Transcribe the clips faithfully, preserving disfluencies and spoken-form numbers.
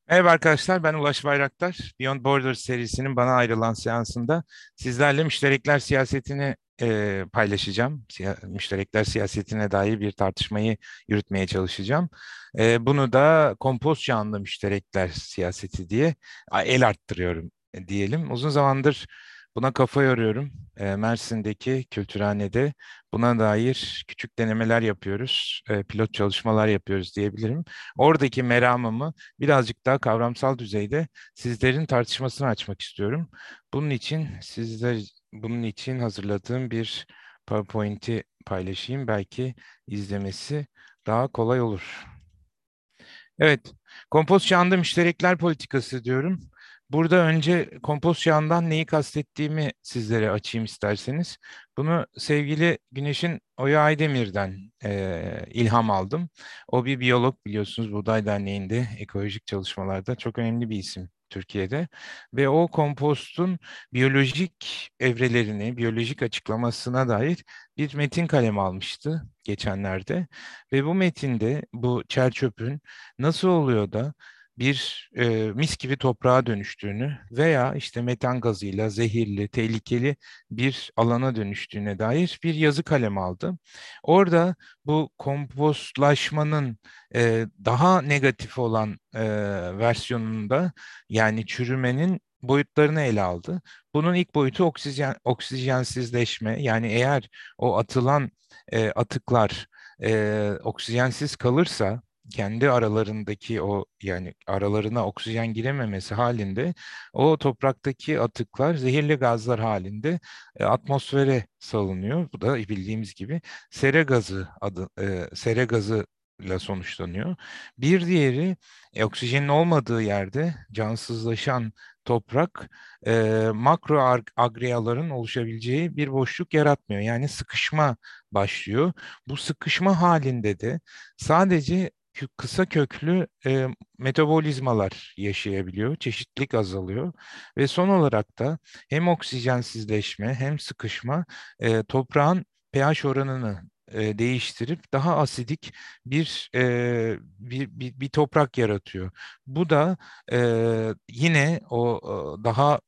Merhaba arkadaşlar, ben Ulaş Bayraktar. Beyond Borders serisinin bana ayrılan seansında sizlerle müşterekler siyasetini e, paylaşacağım. Siya- müşterekler siyasetine dair bir tartışmayı yürütmeye çalışacağım. E, bunu da kompost canlı müşterekler siyaseti diye a, el arttırıyorum e, diyelim. Uzun zamandır buna kafa yoruyorum. E, Mersin'deki Kültürhane'de buna dair küçük denemeler yapıyoruz, e, pilot çalışmalar yapıyoruz diyebilirim. Oradaki meramımı birazcık daha kavramsal düzeyde sizlerin tartışmasını açmak istiyorum. Bunun için sizler bunun için hazırladığım bir PowerPoint'i paylaşayım. Belki izlemesi daha kolay olur. Evet, kompost çağında müşterekler politikası diyorum. Burada önce kompost çağından neyi kastettiğimi sizlere açayım isterseniz. Bunu sevgili Güneş'in Oya Aydemir'den eee, ilham aldım. O bir biyolog, biliyorsunuz, Buğday Derneği'nde ekolojik çalışmalarda çok önemli bir isim Türkiye'de. Ve o kompostun biyolojik evrelerini, biyolojik açıklamasına dair bir metin kaleme almıştı geçenlerde. Ve bu metinde bu çer çöpün nasıl oluyor da bir e, mis gibi toprağa dönüştüğünü veya işte metan gazıyla zehirli, tehlikeli bir alana dönüştüğüne dair bir yazı kaleme aldı. Orada bu kompostlaşmanın e, daha negatif olan e, versiyonunda, yani çürümenin boyutlarını ele aldı. Bunun ilk boyutu oksijen oksijensizleşme. Yani eğer o atılan e, atıklar e, oksijensiz kalırsa, kendi aralarındaki o, yani aralarına oksijen girememesi halinde o topraktaki atıklar zehirli gazlar halinde e, atmosfere salınıyor. Bu da bildiğimiz gibi sera gazı adı e, sera gazı ile sonuçlanıyor. Bir diğeri, e, oksijenin olmadığı yerde cansızlaşan toprak e, makro ag- agregaların oluşabileceği bir boşluk yaratmıyor. Yani sıkışma başlıyor. Bu sıkışma halinde de sadece kü- kısa köklü e, metabolizmalar yaşayabiliyor, çeşitlilik azalıyor ve son olarak da hem oksijensizleşme hem sıkışma e, toprağın pH oranını e, değiştirip daha asidik bir, e, bir, bir bir toprak yaratıyor. Bu da e, yine o e, daha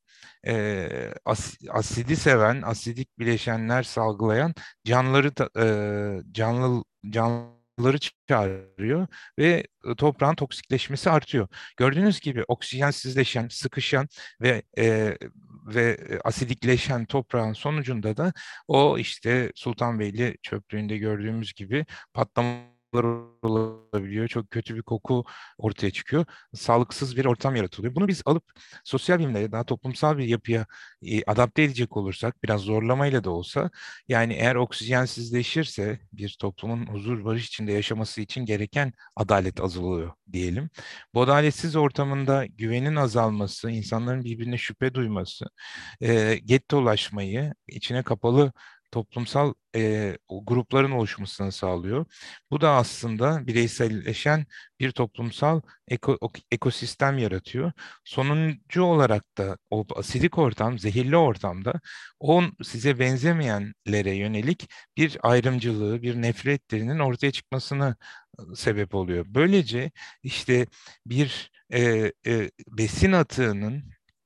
e, as- asidi seven, asidik bileşenler salgılayan canlıları da- e, canlı canlıları çağırıyor ve e, toprağın toksikleşmesi artıyor. Gördüğünüz gibi oksijensizleşen, sıkışan ve e, ve e, asidikleşen toprağın sonucunda da o işte Sultanbeyli çöplüğünde gördüğümüz gibi patlamalar olabiliyor. Çok kötü bir koku ortaya çıkıyor. Sağlıksız bir ortam yaratılıyor. Bunu biz alıp sosyal bilimlere, daha toplumsal bir yapıya e, adapte edecek olursak, biraz zorlamayla da olsa, yani eğer oksijensizleşirse bir toplumun huzur barış içinde yaşaması için gereken adalet azalıyor diyelim. Bu adaletsiz ortamında güvenin azalması, insanların birbirine şüphe duyması, e, gettolaşmayı, içine kapalı toplumsal e, o grupların oluşmasını sağlıyor. Bu da aslında bireyselleşen bir toplumsal eko- ok- ekosistem yaratıyor. Sonuncu olarak da o asidik ortam, zehirli ortamda on size benzemeyenlere yönelik bir ayrımcılığı, bir nefretlerinin ortaya çıkmasına e, sebep oluyor. Böylece işte bir e, e, besin atığının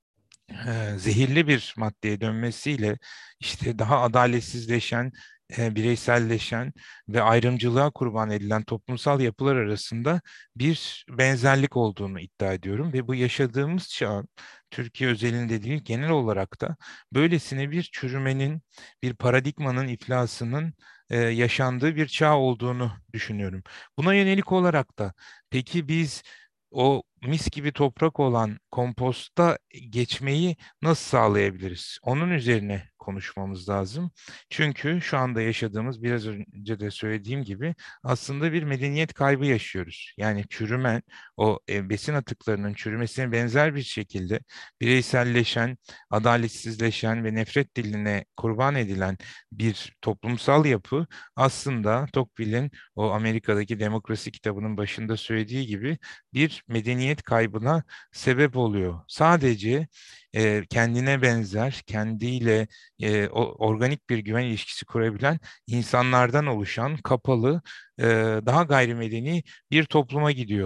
e, zehirli bir maddeye dönmesiyle işte daha adaletsizleşen, e, bireyselleşen ve ayrımcılığa kurban edilen toplumsal yapılar arasında bir benzerlik olduğunu iddia ediyorum ve bu yaşadığımız çağın, Türkiye özelinde değil genel olarak da, böylesine bir çürümenin, bir paradigmanın iflasının e, yaşandığı bir çağ olduğunu düşünüyorum. Buna yönelik olarak da peki biz o mis gibi toprak olan komposta geçmeyi nasıl sağlayabiliriz? Onun üzerine konuşmamız lazım. Çünkü şu anda yaşadığımız, biraz önce de söylediğim gibi, aslında bir medeniyet kaybı yaşıyoruz. Yani çürümen, o e, besin atıklarının çürümesine benzer bir şekilde bireyselleşen, adaletsizleşen ve nefret diline kurban edilen bir toplumsal yapı, aslında Tocqueville'in o Amerika'daki Demokrasi kitabının başında söylediği gibi bir medeniyet kaybına sebep oluyor. Sadece e, kendine benzer, kendiyle e, o, organik bir güven ilişkisi kurabilen insanlardan oluşan kapalı, e, daha gayrimedeni bir topluma gidiyor.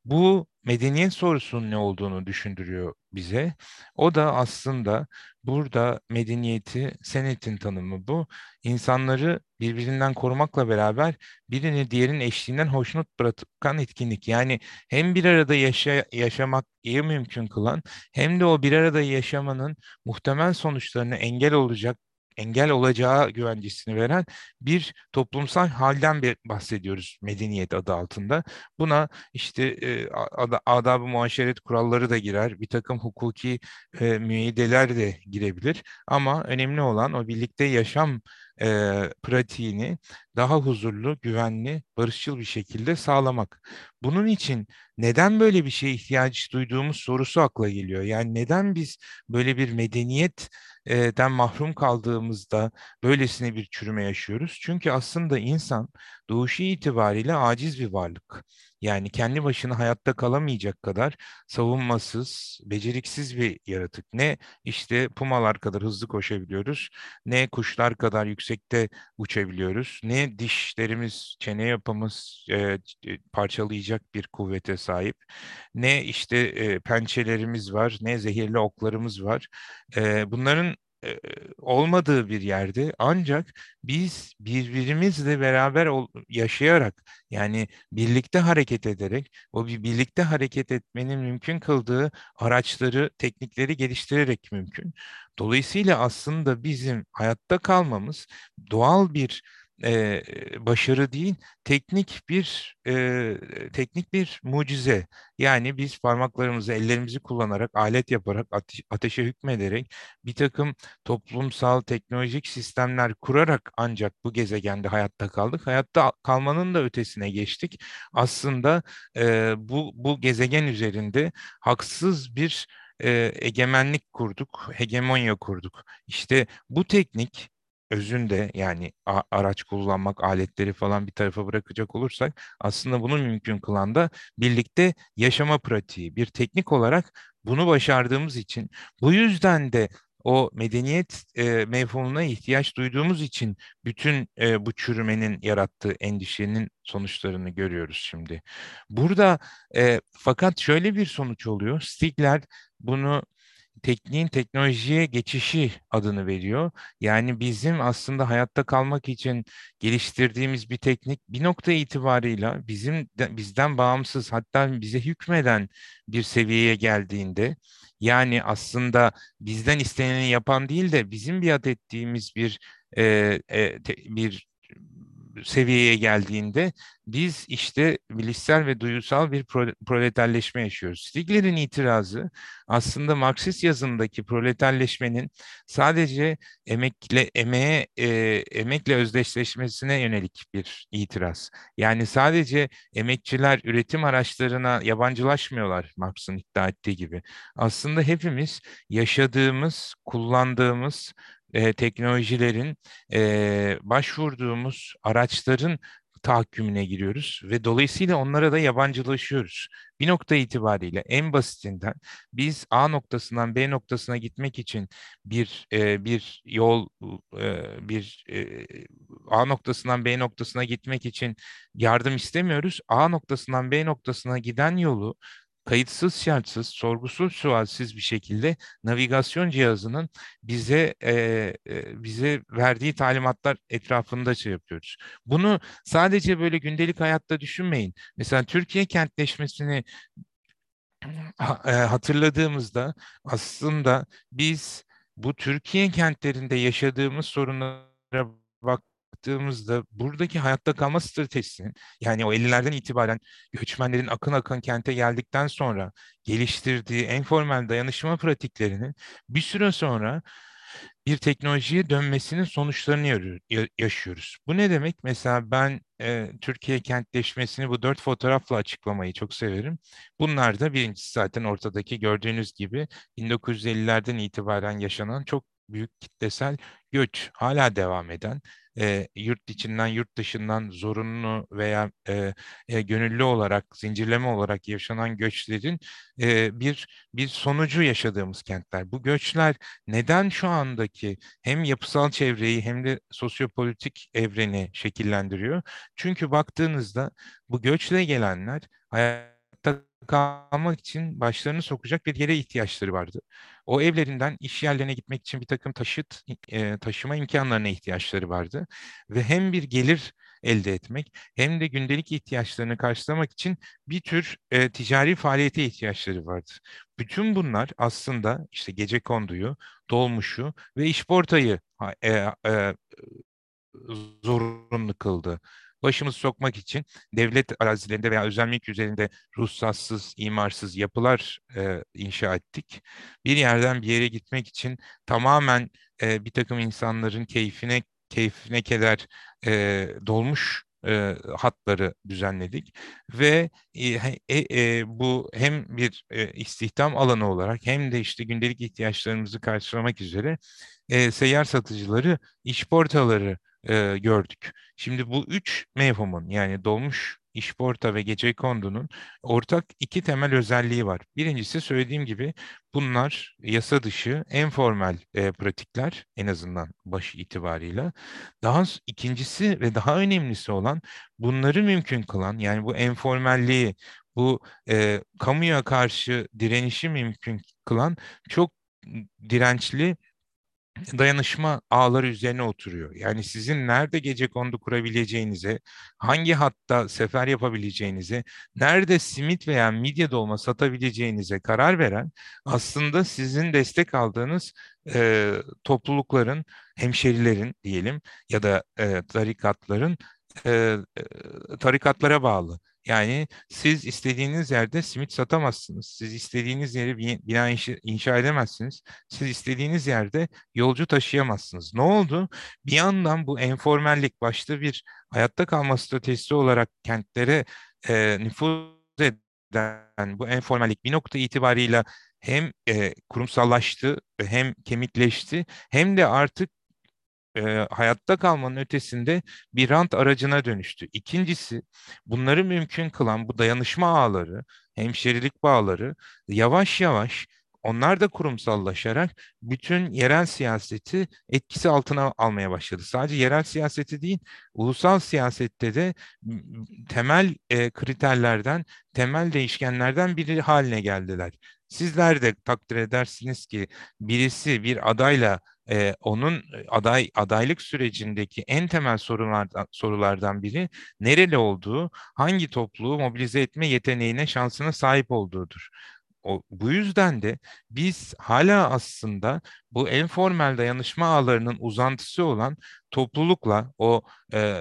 Bu medeniyet sorusunun ne olduğunu düşündürüyor bize. O da aslında burada medeniyeti, senetin tanımı bu. İnsanları birbirinden korumakla beraber birini diğerinin eşliğinden hoşnut bırakan etkinlik. Yani hem bir arada yaşa yaşamak iyi mümkün kılan hem de o bir arada yaşamanın muhtemel sonuçlarını engel olacak engel olacağı güvencesini veren bir toplumsal halden bir bahsediyoruz medeniyet adı altında. Buna işte e, ad- adab-ı muaşeret kuralları da girer, bir takım hukuki e, müeyyideler de girebilir. Ama önemli olan o birlikte yaşam e, pratiğini daha huzurlu, güvenli, barışçıl bir şekilde sağlamak. Bunun için neden böyle bir şeye ihtiyaç duyduğumuz sorusu akla geliyor. Yani neden biz böyle bir medeniyetten mahrum kaldığımızda böylesine bir çürüme yaşıyoruz? Çünkü aslında insan doğuşu itibariyle aciz bir varlık. Yani kendi başına hayatta kalamayacak kadar savunmasız, beceriksiz bir yaratık. Ne işte pumalar kadar hızlı koşabiliyoruz, ne kuşlar kadar yüksekte uçabiliyoruz, ne dişlerimiz, çene yapımız e, e, parçalayacak bir kuvvete sahip, ne işte e, pençelerimiz var, ne zehirli oklarımız var. E, bunların e, olmadığı bir yerde ancak biz birbirimizle beraber ol- yaşayarak, yani birlikte hareket ederek, o bir birlikte hareket etmenin mümkün kıldığı araçları, teknikleri geliştirerek mümkün. Dolayısıyla aslında bizim hayatta kalmamız doğal bir e, başarı değil, teknik bir e, teknik bir mucize. Yani biz parmaklarımızı, ellerimizi kullanarak, alet yaparak, ate- ateşe hükmederek bir takım toplumsal, teknolojik sistemler kurarak ancak bu gezegende hayatta kaldık. Hayatta kalmanın da ötesine geçtik. Aslında e, bu bu gezegen üzerinde haksız bir e, egemenlik kurduk, hegemonya kurduk. İşte bu teknik özünde, yani a- araç kullanmak, aletleri falan bir tarafa bırakacak olursak, aslında bunu mümkün kılan da birlikte yaşama pratiği. Bir teknik olarak bunu başardığımız için, bu yüzden de o medeniyet e, mefhumuna ihtiyaç duyduğumuz için bütün e, bu çürümenin yarattığı endişenin sonuçlarını görüyoruz şimdi. Burada e, fakat şöyle bir sonuç oluyor. Stigler bunu tekniğin teknolojiye geçişi adını veriyor. Yani bizim aslında hayatta kalmak için geliştirdiğimiz bir teknik bir nokta itibarıyla bizim de- bizden bağımsız, hatta bize hükmeden bir seviyeye geldiğinde, yani aslında bizden isteneni yapan değil de bizim biat ettiğimiz bir e, e, te- bir seviyeye geldiğinde biz işte bilişsel ve duygusal bir pro- proleterleşme yaşıyoruz. Stigler'in itirazı aslında Marksist yazımdaki proleterleşmenin sadece emekle emeğe e, emekle özdeşleşmesine yönelik bir itiraz. Yani sadece emekçiler üretim araçlarına yabancılaşmıyorlar Marx'ın iddia ettiği gibi. Aslında hepimiz yaşadığımız, kullandığımız e, teknolojilerin, e, başvurduğumuz araçların tahakkümüne giriyoruz ve dolayısıyla onlara da yabancılaşıyoruz. Bir nokta itibariyle en basitinden biz A noktasından B noktasına gitmek için bir e, bir yol, e, bir e, A noktasından B noktasına gitmek için yardım istemiyoruz. A noktasından B noktasına giden yolu kayıtsız şartsız, sorgusuz sualsiz bir şekilde navigasyon cihazının bize e, e, bize verdiği talimatlar etrafında şey yapıyoruz. Bunu sadece böyle gündelik hayatta düşünmeyin. Mesela Türkiye kentleşmesini ha- e, hatırladığımızda aslında biz bu Türkiye kentlerinde yaşadığımız sorunlara baktığımızda buradaki hayatta kalma stratejisinin, yani o ellilerden itibaren göçmenlerin akın akın kente geldikten sonra geliştirdiği informal dayanışma pratiklerinin bir süre sonra bir teknolojiye dönmesinin sonuçlarını yarıyor- ya- yaşıyoruz. Bu ne demek? Mesela ben e, Türkiye kentleşmesini bu dört fotoğrafla açıklamayı çok severim. Bunlar da birincisi zaten ortadaki gördüğünüz gibi bin dokuz yüz ellilerden itibaren yaşanan çok büyük kitlesel göç, hala devam eden, e, yurt içinden yurt dışından zorunlu veya e, e, gönüllü olarak, zincirleme olarak yaşanan göçlerin e, bir bir sonucu yaşadığımız kentler. Bu göçler neden şu andaki hem yapısal çevreyi hem de sosyopolitik evreni şekillendiriyor? Çünkü baktığınızda bu göçle gelenler hayatta kalmak için başlarını sokacak bir yere ihtiyaçları vardı. O evlerinden iş yerlerine gitmek için bir takım taşıt e, taşıma imkanlarına ihtiyaçları vardı ve hem bir gelir elde etmek hem de gündelik ihtiyaçlarını karşılamak için bir tür e, ticari faaliyete ihtiyaçları vardı. Bütün bunlar aslında işte gecekonduyu, dolmuşu ve işportayı ha- e, e, zorunlu kıldı. Başımızı sokmak için devlet arazilerinde veya özel mülk üzerinde ruhsatsız, imarsız yapılar e, inşa ettik. Bir yerden bir yere gitmek için tamamen e, bir takım insanların keyfine keyfine keder e, dolmuş e, hatları düzenledik ve e, e, e, bu hem bir e, istihdam alanı olarak hem de işte gündelik ihtiyaçlarımızı karşılamak üzere e, seyyar satıcıları, işportaları e, gördük. Şimdi bu üç mevhumun yani dolmuş, işporta ve gecekondu'nun ortak iki temel özelliği var. Birincisi söylediğim gibi bunlar yasa dışı, en formal e, pratikler en azından baş itibarıyla. Daha s- ikincisi ve daha önemlisi olan bunları mümkün kılan yani bu enformalliği, bu e, kamuya karşı direnişi mümkün kılan çok dirençli dayanışma ağları üzerine oturuyor. Yani sizin nerede gecekondu kurabileceğinize, hangi hatta sefer yapabileceğinize, nerede simit veya midye dolma satabileceğinize karar veren aslında sizin destek aldığınız e, toplulukların, hemşerilerin diyelim ya da e, tarikatların e, e, tarikatlara bağlı. Yani siz istediğiniz yerde simit satamazsınız. Siz istediğiniz yeri bi- bina inşa, inşa edemezsiniz. Siz istediğiniz yerde yolcu taşıyamazsınız. Ne oldu? Bir yandan bu enformellik başta bir hayatta kalma stratejisi olarak kentlere e, nüfuz eden bu enformellik bir nokta itibarıyla hem e, kurumsallaştı hem kemikleşti hem de artık e, hayatta kalmanın ötesinde bir rant aracına dönüştü. İkincisi, bunları mümkün kılan bu dayanışma ağları, hemşerilik bağları yavaş yavaş onlar da kurumsallaşarak bütün yerel siyaseti etkisi altına almaya başladı. Sadece yerel siyaseti değil, ulusal siyasette de m, temel e, kriterlerden, temel değişkenlerden biri haline geldiler. Sizler de takdir edersiniz ki birisi bir adayla e, onun e, aday adaylık sürecindeki en temel sorulardan sorulardan biri nereli olduğu, hangi topluluğu mobilize etme yeteneğine, şansına sahip olduğudur. O, bu yüzden de biz hala aslında bu informal dayanışma ağlarının uzantısı olan toplulukla o e, e,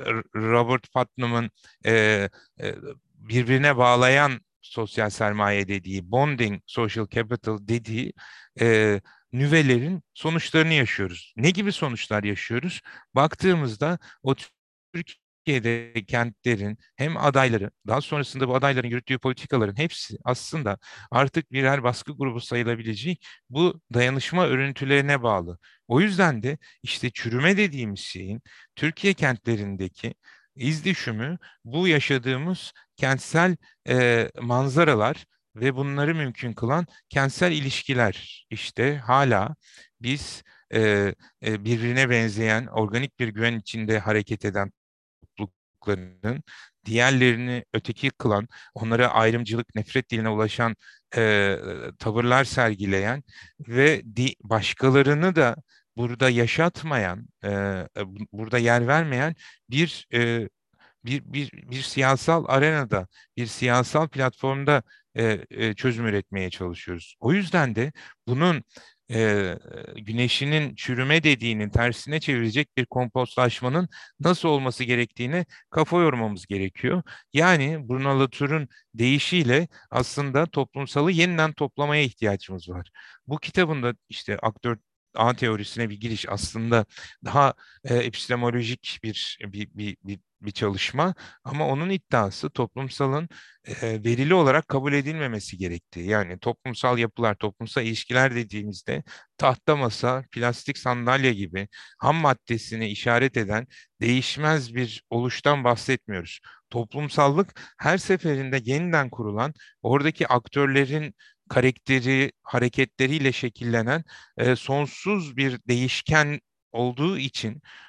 Robert Putnam'ın e, e, birbirine bağlayan sosyal sermaye dediği, bonding social capital dediği e, nüvelerin sonuçlarını yaşıyoruz. Ne gibi sonuçlar yaşıyoruz? Baktığımızda o Türkiye'de kentlerin hem adayları, daha sonrasında bu adayların yürüttüğü politikaların hepsi aslında artık birer baskı grubu sayılabilecek bu dayanışma örüntülerine bağlı. O yüzden de işte çürüme dediğimiz şeyin Türkiye kentlerindeki iz düşümü bu yaşadığımız kentsel e, manzaralar ve bunları mümkün kılan kentsel ilişkiler. İşte hala biz e, e, birbirine benzeyen organik bir güven içinde hareket eden topluluklarının diğerlerini öteki kılan, onlara ayrımcılık, nefret diline ulaşan e, tavırlar sergileyen ve di, başkalarını da burada yaşatmayan, e, bu- burada yer vermeyen bir e, bir, bir, bir siyasal arenada, bir siyasal platformda e, e, çözüm üretmeye çalışıyoruz. O yüzden de bunun e, güneşinin çürüme dediğinin tersine çevirecek bir kompostlaşmanın nasıl olması gerektiğini kafa yormamız gerekiyor. Yani Bruno Latour'un deyişiyle aslında toplumsalı yeniden toplamaya ihtiyacımız var. Bu kitabında işte aktör ağ teorisine bir giriş aslında daha e, epistemolojik bir bir, bir, bir bir çalışma ama onun iddiası toplumsalın e, verili olarak kabul edilmemesi gerektiği. Yani toplumsal yapılar, toplumsal ilişkiler dediğimizde tahta masa, plastik sandalye gibi ham maddesini işaret eden değişmez bir oluştan bahsetmiyoruz. Toplumsallık her seferinde yeniden kurulan, oradaki aktörlerin karakteri, hareketleriyle şekillenen e, sonsuz bir değişken olduğu için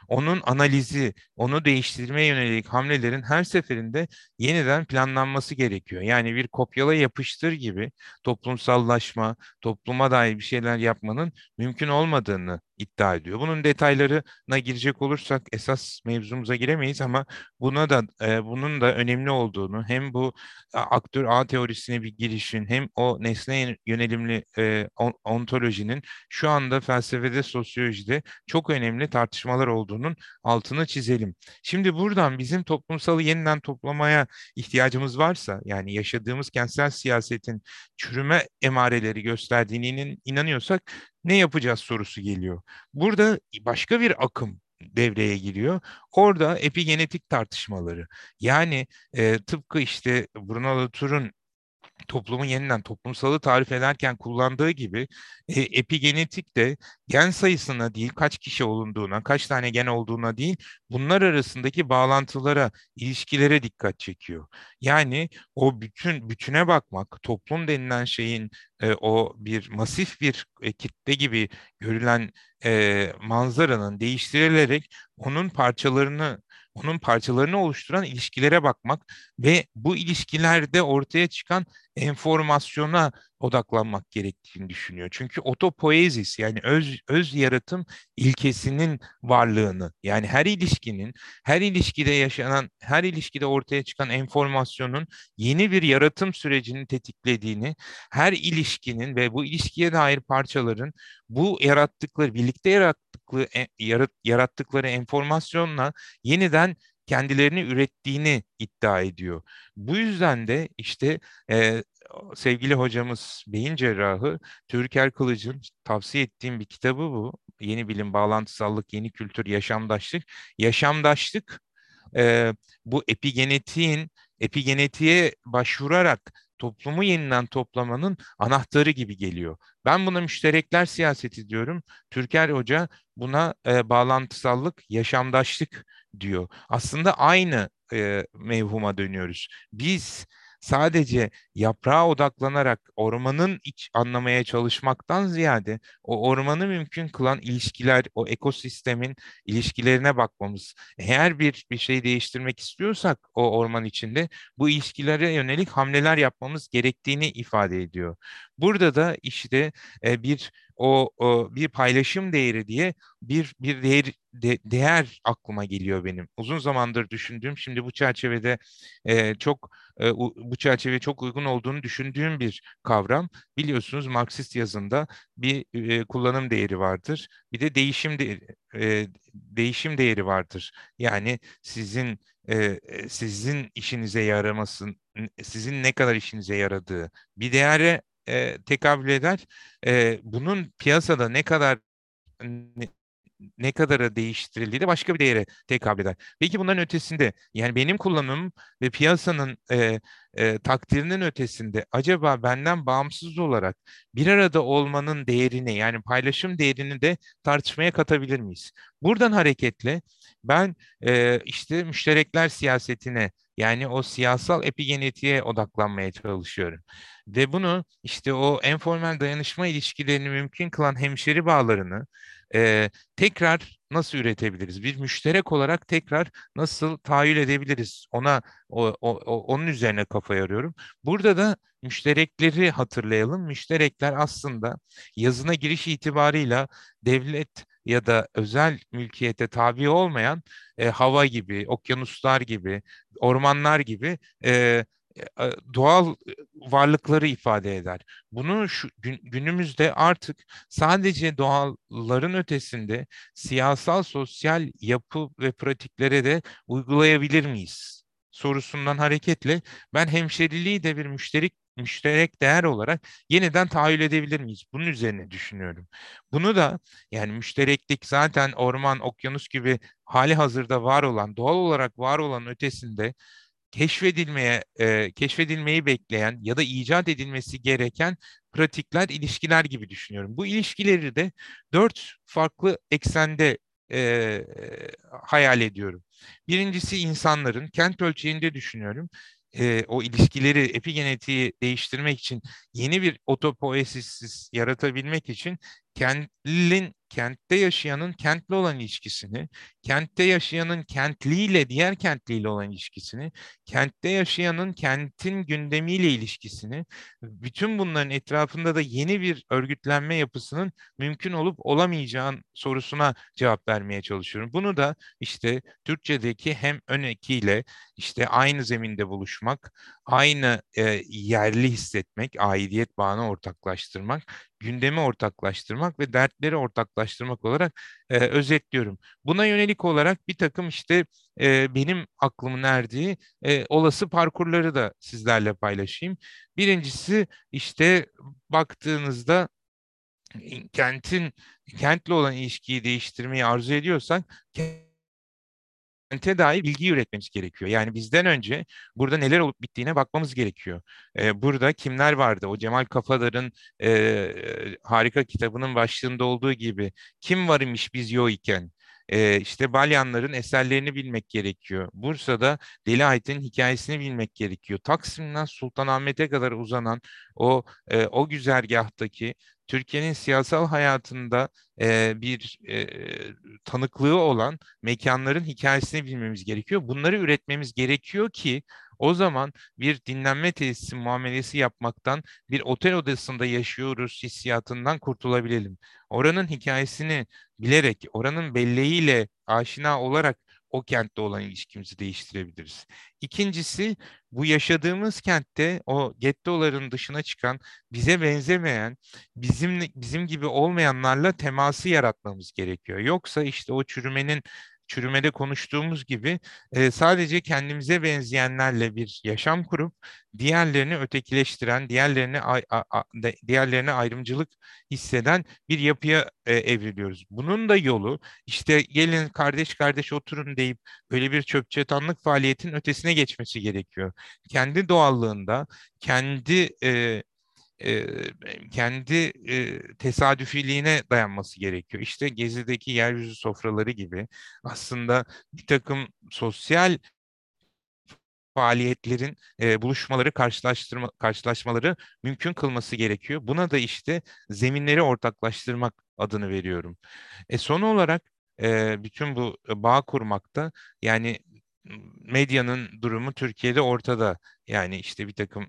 onun analizi, onu değiştirmeye yönelik hamlelerin her seferinde yeniden planlanması gerekiyor. Yani bir kopyala yapıştır gibi toplumsallaşma, topluma dair bir şeyler yapmanın mümkün olmadığını iddia ediyor. Bunun detaylarına girecek olursak esas mevzumuza giremeyiz ama buna da e, bunun da önemli olduğunu, hem bu a- aktör ağ teorisine bir girişin hem o nesne yönelimli e, on- ontolojinin şu anda felsefede, sosyolojide çok önemli tartışmalar olduğunun altını çizelim. Şimdi buradan bizim toplumsalı yeniden toplamaya ihtiyacımız varsa, yani yaşadığımız kentsel siyasetin çürüme emareleri gösterdiğine inanıyorsak ne yapacağız sorusu geliyor. Burada başka bir akım devreye giriyor. Orada epigenetik tartışmaları. Yani e, tıpkı işte Bruno Latour'un toplumu yeniden toplumsalı tarif ederken kullandığı gibi e, epigenetik de gen sayısına değil, kaç kişi olunduğuna, kaç tane gen olduğuna değil, bunlar arasındaki bağlantılara, ilişkilere dikkat çekiyor. Yani o bütün bütüne bakmak, toplum denilen şeyin e, o bir masif bir e, kitle gibi görülen e, manzaranın değiştirilerek onun parçalarını onun parçalarını oluşturan ilişkilere bakmak ve bu ilişkilerde ortaya çıkan enformasyona odaklanmak gerektiğini düşünüyor. Çünkü otopoezis, yani öz, öz yaratım ilkesinin varlığını, yani her ilişkinin, her ilişkide yaşanan, her ilişkide ortaya çıkan enformasyonun yeni bir yaratım sürecini tetiklediğini, her ilişkinin ve bu ilişkiye dair parçaların bu yarattıkları, birlikte yarattıkları, e, yarat, yarattıkları enformasyonla yeniden kendilerini ürettiğini iddia ediyor. Bu yüzden de işte e, sevgili hocamız beyin cerrahı Türker Kılıç'ın tavsiye ettiğim bir kitabı bu. Yeni bilim, bağlantısallık, yeni kültür, yaşamdaşlık. Yaşamdaşlık e, bu epigenetiğin epigenetiğe başvurarak toplumu yeniden toplamanın anahtarı gibi geliyor. Ben buna müşterekler siyaseti diyorum. Türker Hoca buna e, bağlantısallık, yaşamdaşlık diyor. Aslında aynı e, mevhuma dönüyoruz. Biz sadece yaprağa odaklanarak ormanın iç anlamaya çalışmaktan ziyade o ormanı mümkün kılan ilişkiler, o ekosistemin ilişkilerine bakmamız. Eğer bir bir şey değiştirmek istiyorsak o orman içinde bu ilişkilere yönelik hamleler yapmamız gerektiğini ifade ediyor. Burada da işte e, bir o, o bir paylaşım değeri diye bir bir değer de- değer aklıma geliyor benim. Uzun zamandır düşündüğüm, şimdi bu çerçevede e, çok e, u- bu çerçeveye çok uygun olduğunu düşündüğüm bir kavram. Biliyorsunuz Marksist yazında bir e, kullanım değeri vardır. Bir de değişim değeri, e, değişim değeri vardır. Yani sizin e, e, sizin işinize yaramasın, sizin ne kadar işinize yaradığı bir değere e, tekabül eder. E, bunun piyasada ne kadar ne, ne kadara değiştirildiği de başka bir değere tekabül eder. Peki bunların ötesinde, yani benim kullanımım ve piyasanın e, e, takdirinin ötesinde acaba benden bağımsız olarak bir arada olmanın değerini, yani paylaşım değerini de tartışmaya katabilir miyiz? Buradan hareketle ben e, işte müşterekler siyasetine, yani o siyasal epigenetiğe odaklanmaya çalışıyorum. Ve bunu işte o enformal dayanışma ilişkilerini mümkün kılan hemşeri bağlarını e, tekrar nasıl üretebiliriz? Bir müşterek olarak tekrar nasıl tahayyül edebiliriz? Ona o, o- o- onun üzerine kafa yoruyorum. Burada da müşterekleri hatırlayalım. Müşterekler aslında yazına giriş itibarıyla devlet ya da özel mülkiyete tabi olmayan e, hava gibi, okyanuslar gibi, ormanlar gibi e, e, doğal varlıkları ifade eder. Bunu şu, gün- günümüzde artık sadece doğalların ötesinde siyasal sosyal yapı ve pratiklere de uygulayabilir miyiz sorusundan hareketle ben hemşeriliği de bir müşterik müşterek değer olarak yeniden tahayyül edebilir miyiz? Bunun üzerine düşünüyorum. Bunu da, yani müştereklik zaten orman, okyanus gibi hali hazırda var olan, doğal olarak var olan ötesinde keşfedilmeye e, keşfedilmeyi bekleyen ya da icat edilmesi gereken pratikler, ilişkiler gibi düşünüyorum. Bu ilişkileri de dört farklı eksende e, hayal ediyorum. Birincisi insanların kent ölçeğinde düşünüyorum. E, o ilişkileri, epigenetiği değiştirmek için, yeni bir otopoiesis yaratabilmek için kentin kentte yaşayanın kentle olan ilişkisini, kentte yaşayanın kentliyle diğer kentliyle olan ilişkisini, kentte yaşayanın kentin gündemiyle ilişkisini, bütün bunların etrafında da yeni bir örgütlenme yapısının mümkün olup olamayacağın sorusuna cevap vermeye çalışıyorum. Bunu da işte Türkçedeki hem ön ekiyle işte aynı zeminde buluşmak, aynı e, yerli hissetmek, aidiyet bağını ortaklaştırmak, gündemi ortaklaştırmak ve dertleri ortaklaştırmak olarak e, özetliyorum. Buna yönelik olarak bir takım işte e, benim aklımın erdiği e, olası parkurları da sizlerle paylaşayım. Birincisi işte baktığınızda kentin kentle olan ilişkiyi değiştirmeyi arzu ediyorsak kente dair bilgi üretmemiz gerekiyor. Yani bizden önce burada neler olup bittiğine bakmamız gerekiyor. Ee, burada kimler vardı? O Cemal Kafadar'ın e, harika kitabının başlığında olduğu gibi kim var imiş biz yok iken? Ee, işte Balyanların eserlerini bilmek gerekiyor. Bursa'da Deli Ayet'in hikayesini bilmek gerekiyor. Taksim'den Sultanahmet'e kadar uzanan o e, o güzergahtaki Türkiye'nin siyasal hayatında e, bir e, tanıklığı olan mekanların hikayesini bilmemiz gerekiyor. Bunları üretmemiz gerekiyor ki o zaman bir dinlenme tesisi muamelesi yapmaktan, bir otel odasında yaşıyoruz hissiyatından kurtulabilelim. Oranın hikayesini bilerek, oranın belleğiyle aşina olarak o kentte olan ilişkimizi değiştirebiliriz. İkincisi, bu yaşadığımız kentte o gettoların dışına çıkan, bize benzemeyen, bizim bizim gibi olmayanlarla teması yaratmamız gerekiyor. Yoksa işte o çürümenin çürümede konuştuğumuz gibi e, sadece kendimize benzeyenlerle bir yaşam kurup diğerlerini ötekileştiren, diğerlerine ay- a- a- de- diğerlerine ayrımcılık hisseden bir yapıya e, evriliyoruz. Bunun da yolu işte gelin kardeş kardeş oturun deyip böyle bir çöp çatanlık faaliyetin ötesine geçmesi gerekiyor. Kendi doğallığında, kendi e, e, kendi e, tesadüfiliğine dayanması gerekiyor. İşte Gezi'deki yeryüzü sofraları gibi aslında bir takım sosyal faaliyetlerin e, buluşmaları, karşılaştırma, karşılaşmaları mümkün kılması gerekiyor. Buna da işte zeminleri ortaklaştırmak adını veriyorum. E, son olarak e, bütün bu bağ kurmakta yani medyanın durumu Türkiye'de ortada. Yani işte bir takım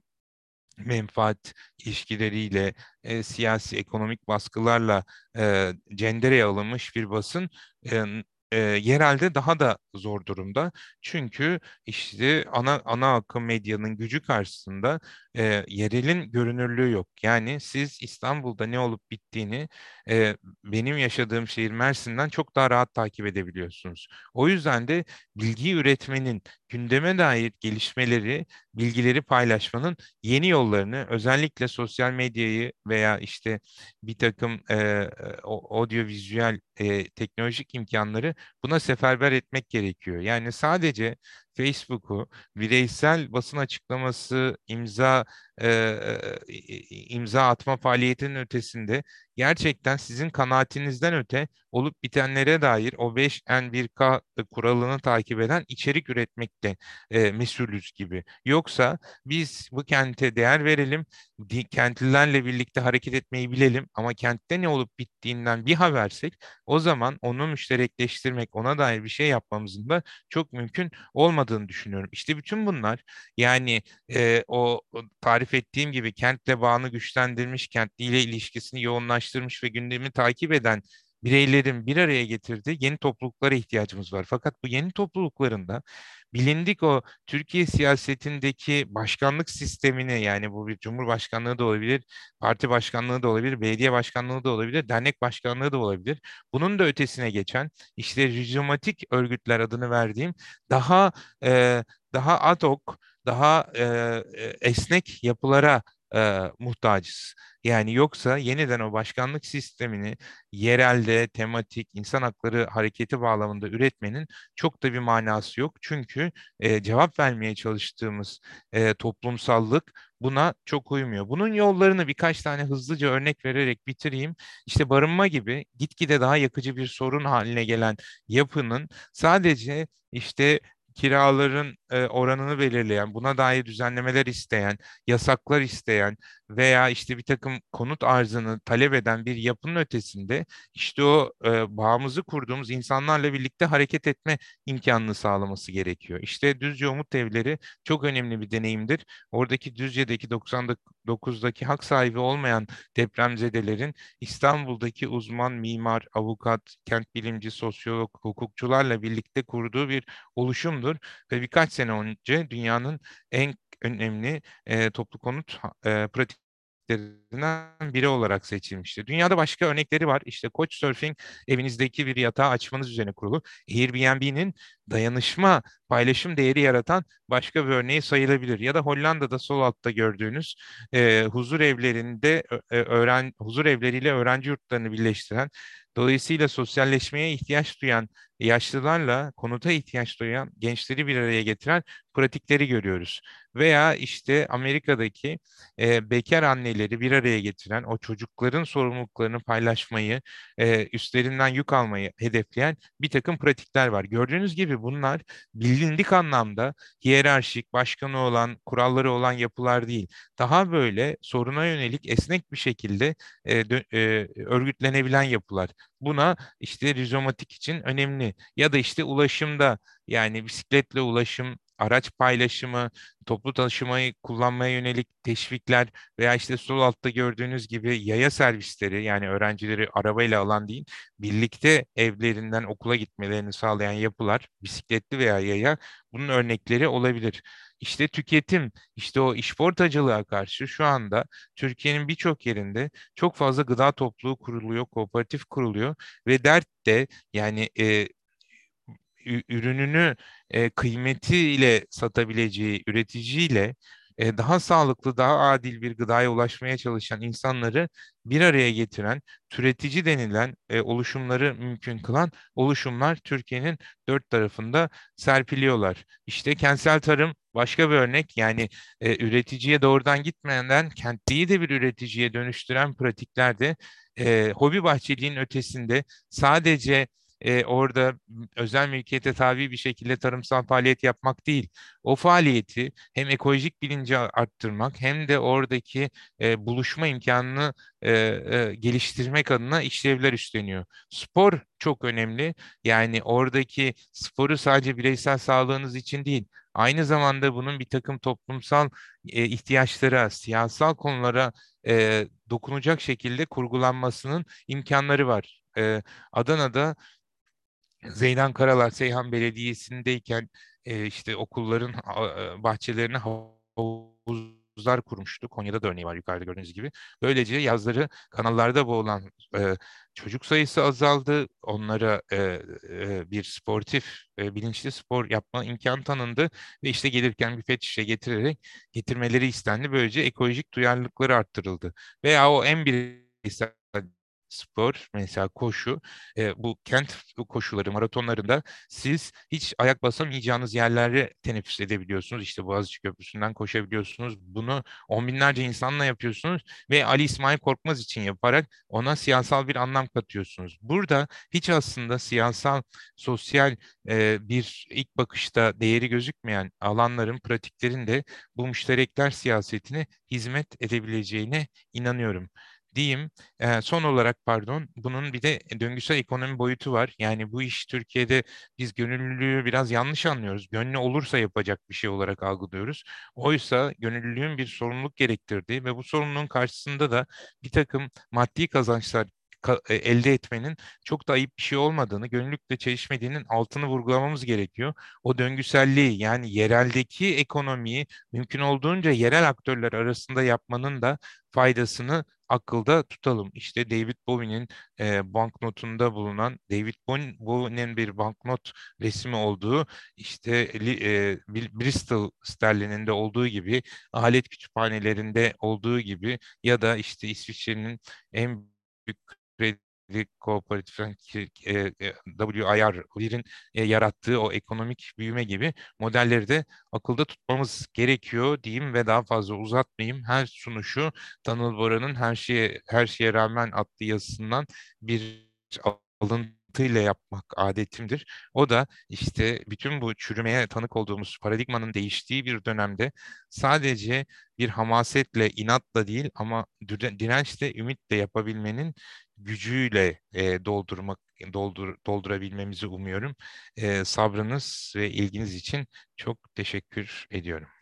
menfaat ilişkileriyle, e, siyasi ekonomik baskılarla e, cendereye alınmış bir basın e, e, yerelde daha da zor durumda. Çünkü işte ana ana akım medyanın gücü karşısında e, yerelin görünürlüğü yok. Yani siz İstanbul'da ne olup bittiğini e, benim yaşadığım şehir Mersin'den çok daha rahat takip edebiliyorsunuz. O yüzden de bilgi üretmenin, gündeme dair gelişmeleri, bilgileri paylaşmanın yeni yollarını özellikle sosyal medyayı veya işte bir takım e, o- audiovizüel e, teknolojik imkanları buna seferber etmek gerekiyor. Yani sadece Facebook'u bireysel basın açıklaması, imza e, e, imza atma faaliyetinin ötesinde gerçekten sizin kanaatinizden öte olup bitenlere dair o beş N bir K kuralını takip eden içerik üretmekte e, mesulüz gibi. Yoksa biz bu kente değer verelim, di- kentlilerle birlikte hareket etmeyi bilelim ama kentte ne olup bittiğinden bir habersek o zaman onu müşterekleştirmek, ona dair bir şey yapmamızın da çok mümkün olmadığını düşünüyorum. İşte bütün bunlar yani e, o, o tarif ettiğim gibi kentle bağını güçlendirmiş, kentliyle ilişkisini yoğunlaştırmış ve gündemi takip eden bireylerin bir araya getirdiği yeni topluluklara ihtiyacımız var. Fakat bu yeni topluluklarında bilindik o Türkiye siyasetindeki başkanlık sistemini yani bu bir cumhurbaşkanlığı da olabilir, parti başkanlığı da olabilir, belediye başkanlığı da olabilir, dernek başkanlığı da olabilir. Bunun da ötesine geçen işte rizyomatik örgütler adını verdiğim daha e, daha ad hoc, daha e, e, esnek yapılara e, muhtacız. Yani yoksa yeniden o başkanlık sistemini yerelde, tematik, insan hakları hareketi bağlamında üretmenin çok da bir manası yok. Çünkü e, cevap vermeye çalıştığımız e, toplumsallık buna çok uymuyor. Bunun yollarını birkaç tane hızlıca örnek vererek bitireyim. İşte barınma gibi gitgide daha yakıcı bir sorun haline gelen yapının sadece işte kiraların e, oranını belirleyen, buna dair düzenlemeler isteyen, yasaklar isteyen veya işte bir takım konut arzını talep eden bir yapının ötesinde işte o e, bağımızı kurduğumuz insanlarla birlikte hareket etme imkanını sağlaması gerekiyor. İşte Düzce Umut Evleri çok önemli bir deneyimdir. Oradaki Düzce'deki doksan dokuzdaki hak sahibi olmayan depremzedelerin İstanbul'daki uzman mimar, avukat, kent bilimci, sosyolog, hukukçularla birlikte kurduğu bir oluşumdur ve birkaç sene önce dünyanın en önemli e, toplu konut e, pratiklerinden biri olarak seçilmiştir. Dünyada başka örnekleri var. İşte Couchsurfing evinizdeki bir yatağı açmanız üzerine kurulu. Airbnb'nin dayanışma, paylaşım değeri yaratan başka bir örneği sayılabilir. Ya da Hollanda'da sol altta gördüğünüz e, huzur evlerinde ö- e, öğren huzur evleriyle öğrenci yurtlarını birleştiren, dolayısıyla sosyalleşmeye ihtiyaç duyan yaşlılarla konuta ihtiyaç duyan gençleri bir araya getiren pratikleri görüyoruz. Veya işte Amerika'daki e, bekar anneleri bir araya getiren, o çocukların sorumluluklarını paylaşmayı, e, üstlerinden yük almayı hedefleyen bir takım pratikler var. Gördüğünüz gibi bunlar bilindik anlamda hiyerarşik, başkanı olan, kuralları olan yapılar değil. Daha böyle soruna yönelik esnek bir şekilde e, dö- e, örgütlenebilen yapılar. Buna işte rizomatik için önemli. Ya da işte ulaşımda, yani bisikletle ulaşım, araç paylaşımı, toplu taşımayı kullanmaya yönelik teşvikler veya işte sol altta gördüğünüz gibi yaya servisleri, yani öğrencileri arabayla alan değil, birlikte evlerinden okula gitmelerini sağlayan yapılar, bisikletli veya yaya, bunun örnekleri olabilir. İşte tüketim, işte o işportacılığa karşı şu anda Türkiye'nin birçok yerinde çok fazla gıda topluluğu kuruluyor, kooperatif kuruluyor ve dert de yani e, ü- ürününü e, kıymetiyle satabileceği üreticiyle e, daha sağlıklı, daha adil bir gıdaya ulaşmaya çalışan insanları bir araya getiren, türetici denilen e, oluşumları mümkün kılan oluşumlar Türkiye'nin dört tarafında serpiliyorlar. İşte kentsel tarım başka bir örnek. Yani e, üreticiye doğrudan gitmeden kentliyi de bir üreticiye dönüştüren pratiklerde e, hobi bahçeliğin ötesinde sadece e, orada özel mülkiyete tabi bir şekilde tarımsal faaliyet yapmak değil. O faaliyeti hem ekolojik bilinci arttırmak hem de oradaki e, buluşma imkanını e, e, geliştirmek adına işlevler üstleniyor. Spor çok önemli. Yani oradaki sporu sadece bireysel sağlığınız için değil, aynı zamanda bunun bir takım toplumsal e, ihtiyaçlara, siyasal konulara e, dokunacak şekilde kurgulanmasının imkanları var. E, Adana'da Zeydan Karalar Seyhan Belediyesi'ndeyken e, işte okulların a- e, bahçelerine havuzlar kurmuştu. Konya'da da örneği var yukarıda gördüğünüz gibi. Böylece yazları kanallarda boğulan e, çocuk sayısı azaldı. Onlara e, e, bir sportif, e, bilinçli spor yapma imkanı tanındı ve işte gelirken bir pet şişe getirerek getirmeleri istendi. Böylece ekolojik duyarlılıkları arttırıldı. Veya o en bireysel spor, mesela koşu, e, bu kent koşuları, maratonlarında siz hiç ayak basamayacağınız yerlere teneffüs edebiliyorsunuz. İşte Boğaziçi Köprüsü'nden koşabiliyorsunuz. Bunu on binlerce insanla yapıyorsunuz ve Ali İsmail Korkmaz için yaparak ona siyasal bir anlam katıyorsunuz. Burada hiç aslında siyasal, sosyal e, bir ilk bakışta değeri gözükmeyen alanların, pratiklerin de bu müşterekler siyasetine hizmet edebileceğine inanıyorum diyeyim. Ee, son olarak pardon, bunun bir de döngüsel ekonomi boyutu var. Yani bu iş Türkiye'de biz gönüllülüğü biraz yanlış anlıyoruz. Gönlü olursa yapacak bir şey olarak algılıyoruz. Oysa gönüllülüğün bir sorumluluk gerektirdiği ve bu sorumluluğun karşısında da bir takım maddi kazançlar ka- e, elde etmenin çok da ayıp bir şey olmadığını, gönüllülükle çelişmediğinin altını vurgulamamız gerekiyor. O döngüselliği, yani yereldeki ekonomiyi mümkün olduğunca yerel aktörler arasında yapmanın da faydasını akılda tutalım. İşte David Bowie'nin e, banknotunda bulunan, David Bowie- Bowie'nin bir banknot resmi olduğu, işte li- e, Bil- Bristol sterlininde olduğu gibi, alet kütüphanelerinde olduğu gibi ya da işte İsviçre'nin en büyük kredi kooperatifinin e, e, W I R birin e, yarattığı o ekonomik büyüme gibi modelleri de akılda tutmamız gerekiyor diyeyim ve daha fazla uzatmayayım. Her sunuşu Tanıl Bora'nın her şeye her şeye rağmen adlı yazısından bir alıntı mantığıyla yapmak adetimdir. O da işte bütün bu çürümeye tanık olduğumuz paradigmanın değiştiği bir dönemde sadece bir hamasetle, inatla değil ama düre- dirençle, ümitle yapabilmenin gücüyle e, doldurmak, doldur, doldurabilmemizi umuyorum. E, sabrınız ve ilginiz için çok teşekkür ediyorum.